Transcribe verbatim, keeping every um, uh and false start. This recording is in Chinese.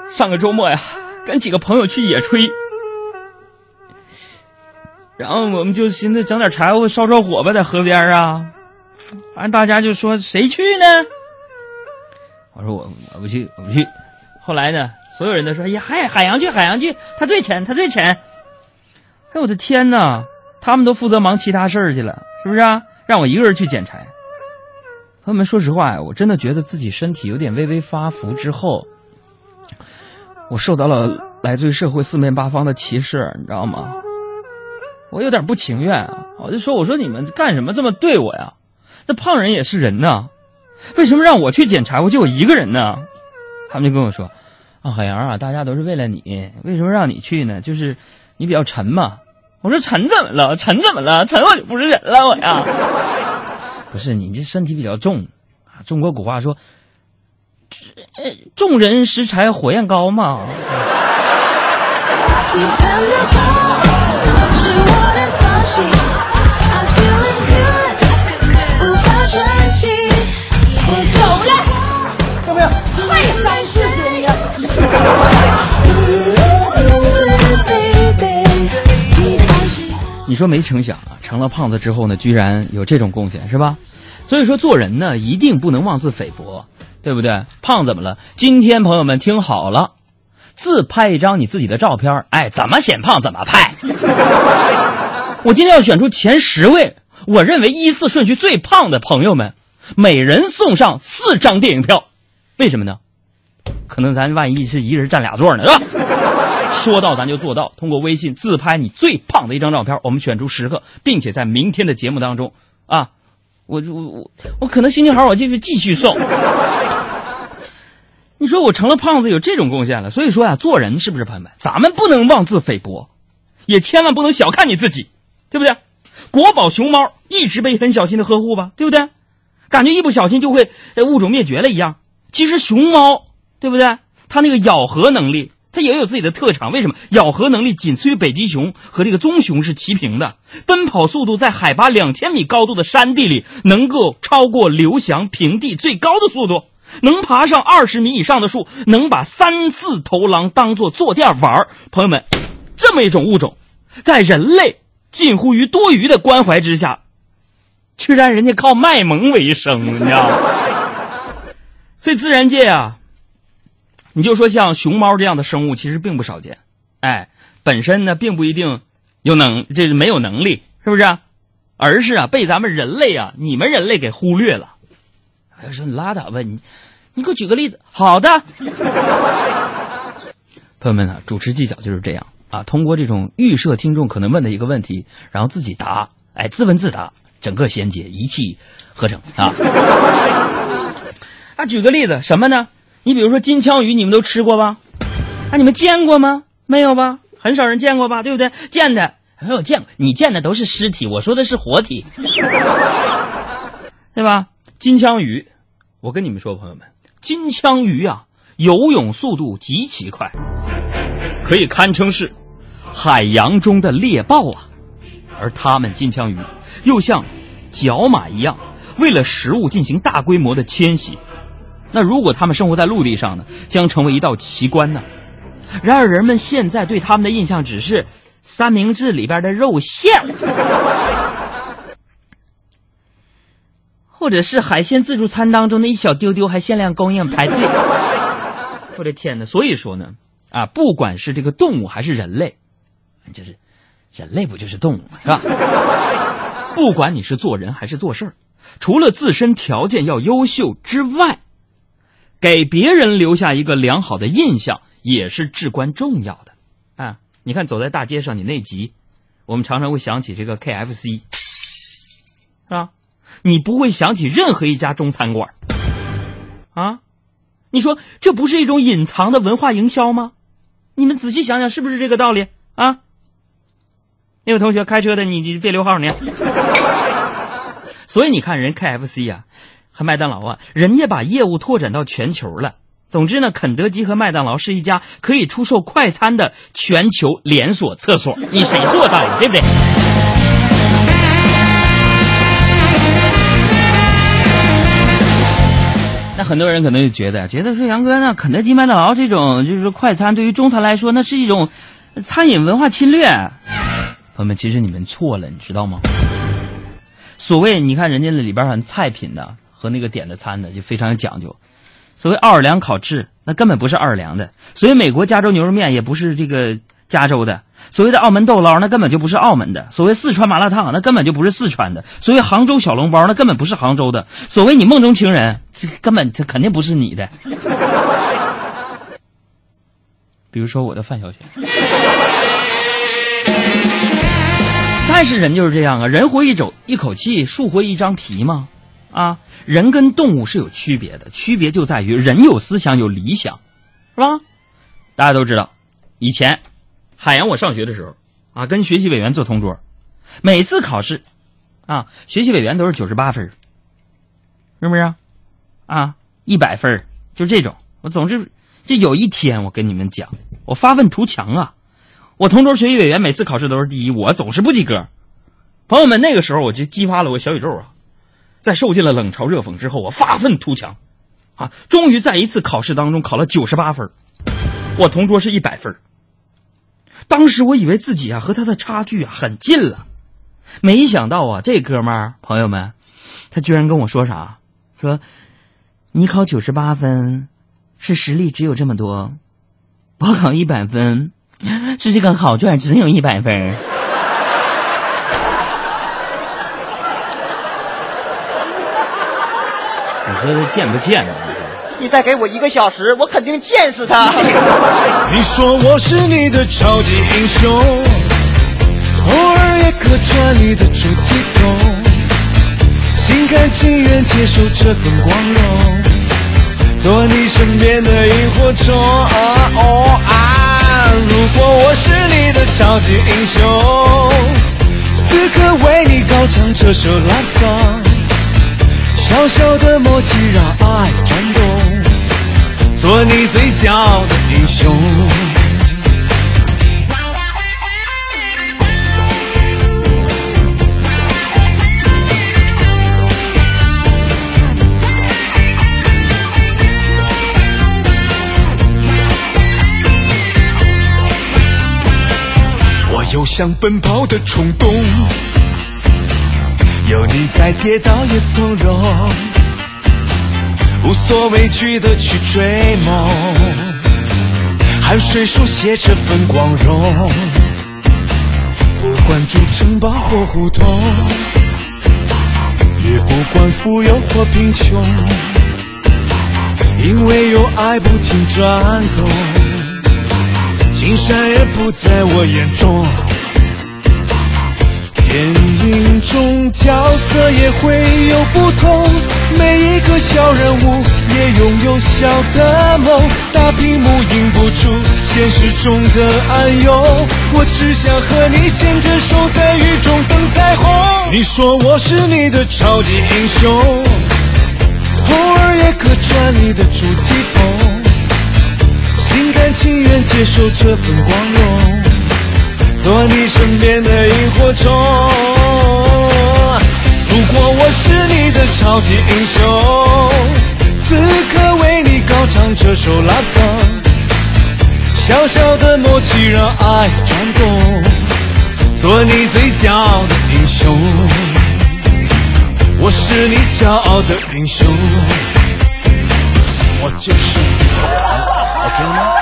上个周末呀，跟几个朋友去野炊，然后我们就寻思整点柴火烧烧火吧，在河边啊。反正大家就说谁去呢？我说我我不去，我不去。后来呢，所有人都说：“哎呀，海海洋去，海洋去，他最沉，他最沉。”哎，我的天哪！他们都负责忙其他事儿去了，是不是啊？让我一个人去捡柴。朋友们，说实话呀，我真的觉得自己身体有点微微发福之后，我受到了来自于社会四面八方的歧视，你知道吗？我有点不情愿啊！我就说，我说你们干什么这么对我呀？这胖人也是人呐，为什么让我去捡柴火就我一个人呢？他们就跟我说：“啊，海洋啊，大家都是为了你，为什么让你去呢？就是你比较沉嘛。”我说：“沉怎么了？沉怎么了？沉我就不是人了，我呀。”不是你这身体比较重啊。中国古话说：“众人拾柴火焰高嘛。” 走了，怎么样？太伤世界了！ 你说没成想啊，成了胖子之后呢，居然有这种贡献，是吧？所以说做人呢，一定不能妄自菲薄，对不对？胖怎么了？今天朋友们听好了，自拍一张你自己的照片，哎，怎么显胖怎么拍。我今天要选出前十位我认为依次顺序最胖的朋友们，每人送上四张电影票。为什么呢？可能咱万一是一人占俩座呢，是吧？说到咱就做到，通过微信自拍你最胖的一张照片，我们选出十个，并且在明天的节目当中啊，我我我我可能心情好，我就继续送。你说我成了胖子有这种贡献了，所以说呀、啊，做人是不是朋友们，咱们不能妄自菲薄，也千万不能小看你自己，对不对？国宝熊猫一直被很小心的呵护吧，对不对？感觉一不小心就会物种灭绝了一样。其实熊猫，对不对？它那个咬合能力，它也有自己的特长。为什么？咬合能力仅次于北极熊和这个棕熊是齐平的。奔跑速度在海拔两千米高度的山地里能够超过刘翔平地最高的速度，能爬上二十米以上的树，能把三四头狼当作坐垫玩。朋友们，这么一种物种，在人类近乎于多余的关怀之下，居然人家靠卖萌为生，你知道吗？所以自然界啊，你就说像熊猫这样的生物其实并不少见，哎，本身呢并不一定有能，这是没有能力，是不是啊？而是啊被咱们人类啊，你们人类给忽略了。哎，说你拉倒吧，你你给我举个例子。好的，朋友们啊，主持技巧就是这样啊，通过这种预设听众可能问的一个问题，然后自己答，哎，自问自答，整个衔接一气呵成啊。啊，举个例子，什么呢？你比如说金枪鱼，你们都吃过吧？啊，你们见过吗？没有吧？很少人见过吧？对不对？见的，没有见过。你见的都是尸体，我说的是活体，对吧？金枪鱼，我跟你们说，朋友们，金枪鱼啊，游泳速度极其快，可以堪称是海洋中的猎豹啊。而它们金枪鱼又像角马一样，为了食物进行大规模的迁徙。那如果他们生活在陆地上呢，将成为一道奇观呢。然而人们现在对他们的印象只是三明治里边的肉馅，或者是海鲜自助餐当中的一小丢丢还限量供应排队。我的天哪！所以说呢，啊，不管是这个动物还是人类，就是人类不就是动物是吧？不管你是做人还是做事儿，除了自身条件要优秀之外，给别人留下一个良好的印象也是至关重要的啊！你看走在大街上，你内急，我们常常会想起这个 K F C， 是吧？你不会想起任何一家中餐馆啊？你说这不是一种隐藏的文化营销吗？你们仔细想想，是不是这个道理啊？那位同学开车的，你你别留号你。所以你看人 K F C 啊和麦当劳啊，人家把业务拓展到全球了。总之呢，肯德基和麦当劳是一家可以出售快餐的全球连锁厕所，你谁做到了，对不对？那很多人可能就觉得，觉得说杨哥，那肯德基、麦当劳这种就是说快餐，对于中餐来说，那是一种餐饮文化侵略。朋友们，其实你们错了，你知道吗？所谓你看人家那里边很菜品的和那个点的餐的就非常有讲究。所谓奥尔良烤翅，那根本不是奥尔良的；所谓美国加州牛肉面，也不是这个加州的；所谓的澳门豆捞，那根本就不是澳门的；所谓四川麻辣烫，那根本就不是四川的；所谓杭州小笼包，那根本不是杭州的；所谓你梦中情人，这根本这肯定不是你的。比如说我的范晓萱。但是人就是这样啊，人活一走一口气，树活一张皮嘛。啊，人跟动物是有区别的，区别就在于人有思想有理想，是吧？大家都知道，以前海洋我上学的时候啊，跟学习委员做同桌，每次考试啊，学习委员都是九十八分，是不是？啊，一百分，就这种。我总之，就有一天我跟你们讲，我发愤图强啊，我同桌学习委员每次考试都是第一，我总是不及格。朋友们，那个时候我就激发了我小宇宙啊。在受尽了冷嘲热讽之后，我发愤图强，啊，终于在一次考试当中考了九十八分，我同桌是一百分。当时我以为自己啊和他的差距啊很近了，没想到啊这哥们儿朋友们，他居然跟我说啥？说你考九十八分是实力只有这么多，我考一百分是这个考卷只有一百分。你说他贱不贱呢？ 你再给我一个小时，我肯定见死他。 你说我是你的超级英雄，偶尔也客串你的出气筒，心甘情愿接受这份光荣，做你身边的萤火虫。啊哦啊！如果我是你的超级英雄，此刻为你高唱这首 love song。小小的默契让爱颤动，做你最骄傲的英雄。我有想奔跑的冲动，有你在，跌倒也从容，无所畏惧的去追梦，汗水书写这份光荣，不管住城堡或胡同，也不管富有或贫穷，因为有爱不停转动，金山也不在我眼中。电影中角色也会有不同，每一个小人物也拥有小的梦，大屏幕映不出现实中的暗涌，我只想和你牵着手在雨中等彩虹。你说我是你的超级英雄，偶尔也客串你的出气筒，心甘情愿接受这份光荣，做你身边的萤火虫。如果我是你的超级英雄，此刻为你高唱这首 love song， 小小的默契让爱转动，做你最骄傲的英雄。我是你骄傲的英雄，我就是你， OK 吗？